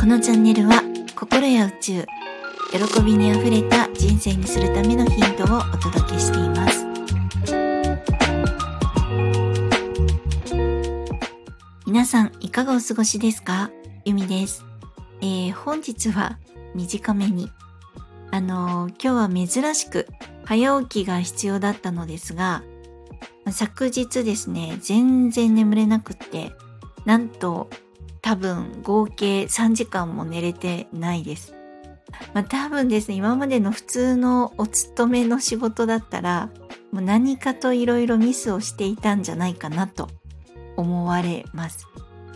のチャンネルは心や宇宙、喜びにあふれた人生にするためのヒントをお届けしています。皆さんいかがお過ごしですか？ゆみです。本日は短めに今日は珍しく早起きが必要だったのですが、昨日ですね、全然眠れなくって、なんと多分合計3時間も寝れてないです。多分ですね、今までの普通のお勤めの仕事だったら、もう何かといろいろミスをしていたんじゃないかなと思われます。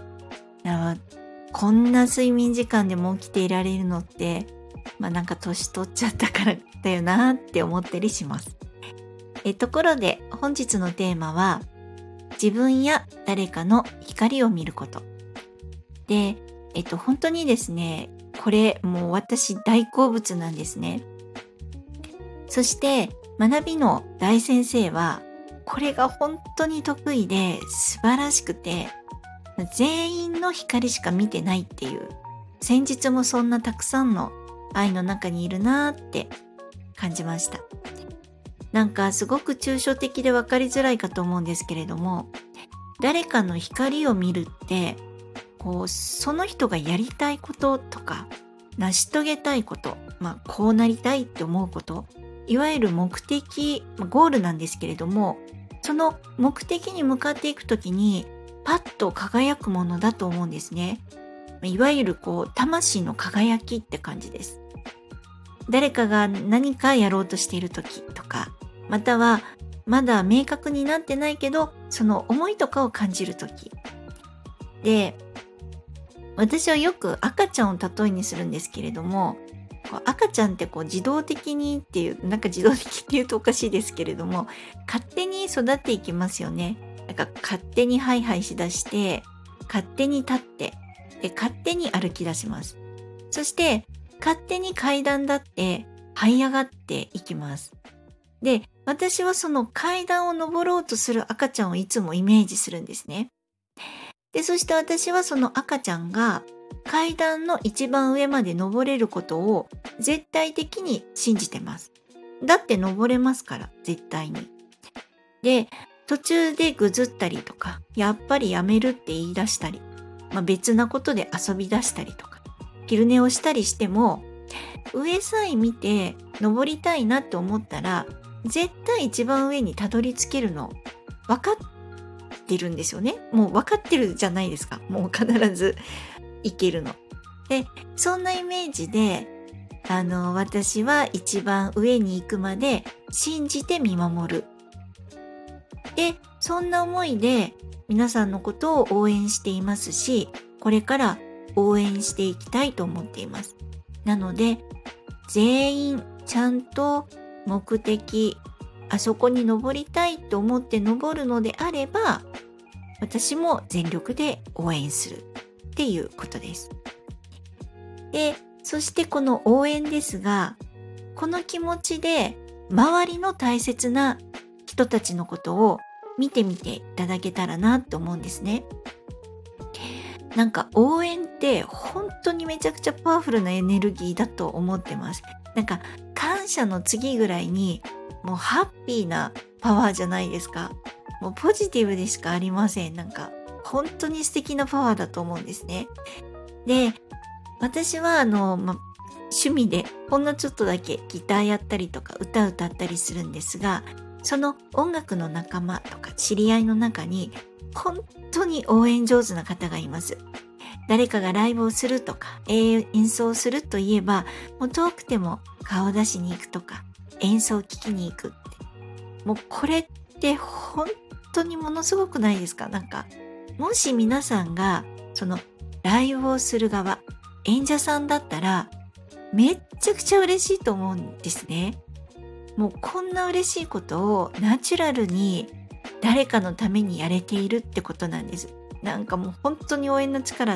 こんな睡眠時間でも起きていられるのって、なんか年取っちゃったからだよなって思ったりします。ところで本日のテーマは、自分や誰かの光を見ることで、本当にですね、これもう私大好物なんですね。そして学びの大先生はこれが本当に得意で素晴らしくて、全員の光しか見てないっていう、先日もそんなたくさんの愛の中にいるなーって感じました。なんかすごく抽象的で分かりづらいかと思うんですけれども、誰かの光を見るってその人がやりたいこととか成し遂げたいこと、こうなりたいって思うこと、いわゆる目的、ゴールなんですけれども、その目的に向かっていくときにパッと輝くものだと思うんですね。いわゆる魂の輝きって感じです。誰かが何かやろうとしているときとか、またはまだ明確になってないけどその思いとかを感じるときで、私はよく赤ちゃんを例えにするんですけれども、赤ちゃんって自動的にっていう、なんか自動的っていうとおかしいですけれども、勝手に育っていきますよね。なんか勝手にハイハイしだして、勝手に立って、で勝手に歩き出します。そして勝手に階段だって這い上がっていきます。で、私はその階段を登ろうとする赤ちゃんをいつもイメージするんですね。で、そして私はその赤ちゃんが階段の一番上まで登れることを絶対的に信じてます。だって登れますから、絶対に。で、途中でぐずったりとか、やっぱりやめるって言い出したり、別なことで遊び出したりとか、昼寝をしたりしても、上さえ見て登りたいなって思ったら、絶対一番上にたどり着けるの分かってるんですよね。もう分かってるじゃないですか。もう必ず行けるの。で、そんなイメージで、私は一番上に行くまで信じて見守る。で、そんな思いで皆さんのことを応援していますし、これから応援していきたいと思っています。なので、全員ちゃんと目的、あそこに登りたいと思って登るのであれば、私も全力で応援するっていうことです。で、そしてこの応援ですが、この気持ちで周りの大切な人たちのことを見てみていただけたらなと思うんですね。なんか応援って本当にめちゃくちゃパワフルなエネルギーだと思ってます。なんか感謝の次ぐらいにもうハッピーなパワーじゃないですか。もうポジティブでしかありません。なんか本当に素敵なパワーだと思うんですね。で、私は趣味でほんのちょっとだけギターやったりとか歌ったりするんですが、その音楽の仲間とか知り合いの中に本当に応援上手な方がいます。誰かがライブをするとか演奏するといえば、もう遠くても顔出しに行くとか演奏を聴きに行くって、もうこれって本当にものすごくないですか？なんかもし皆さんがそのライブをする側、演者さんだったらめっちゃくちゃ嬉しいと思うんですね。もうこんな嬉しいことをナチュラルに誰かのためにやれているってことなんです。なんかもう本当に応援の力って、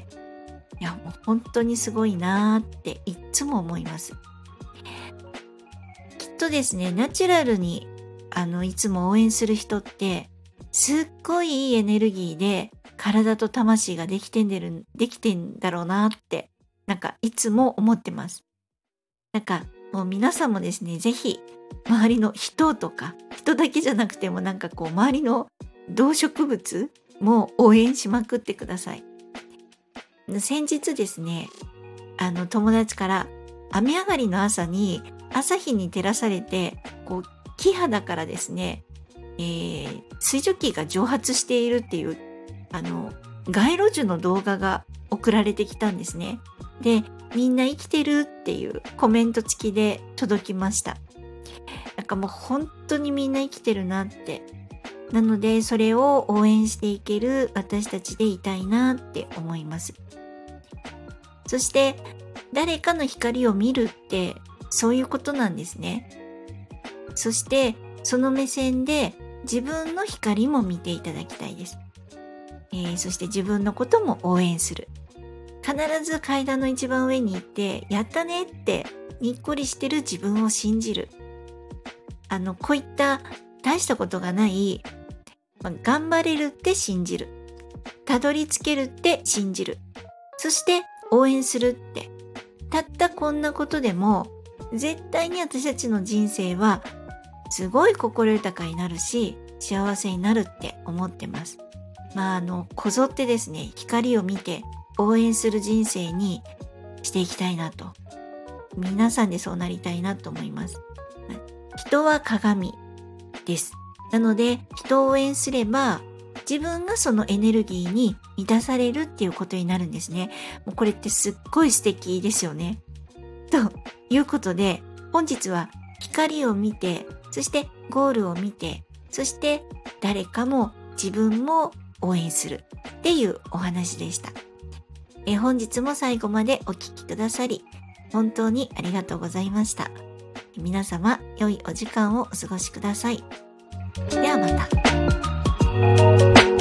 いやもう本当にすごいなーっていつも思います。きっとですね、ナチュラルにいつも応援する人ってすっごいいいエネルギーで体と魂ができてんだろうなってなんかいつも思ってます。なんかもう皆さんもですね、ぜひ周りの人とか、人だけじゃなくてもなんかこう周りの動植物も応援しまくってください。先日ですね、友達から雨上がりの朝に朝日に照らされて、こう木肌からですね、水蒸気が蒸発しているっていう街路樹の動画が送られてきたんですね。で、みんな生きてるっていうコメント付きで届きました。なんかもう本当にみんな生きてるなって。なのでそれを応援していける私たちでいたいなって思います。そして誰かの光を見るってそういうことなんですね。そしてその目線で自分の光も見ていただきたいです。そして自分のことも応援する。必ず階段の一番上に行ってやったねってにっこりしてる自分を信じる。こういった大したことがない、頑張れるって信じる。たどり着けるって信じる。そして応援するって。たったこんなことでも絶対に私たちの人生はすごい心豊かになるし幸せになるって思ってます。こぞってですね、光を見て応援する人生にしていきたいなと。皆さんでそうなりたいなと思います。人は鏡です。なので、人を応援すれば、自分がそのエネルギーに満たされるっていうことになるんですね。もうこれってすっごい素敵ですよね。ということで、本日は光を見て、そしてゴールを見て、そして誰かも自分も応援するっていうお話でした。本日も最後までお聞きくださり本当にありがとうございました。皆様良いお時間をお過ごしください。ではまた。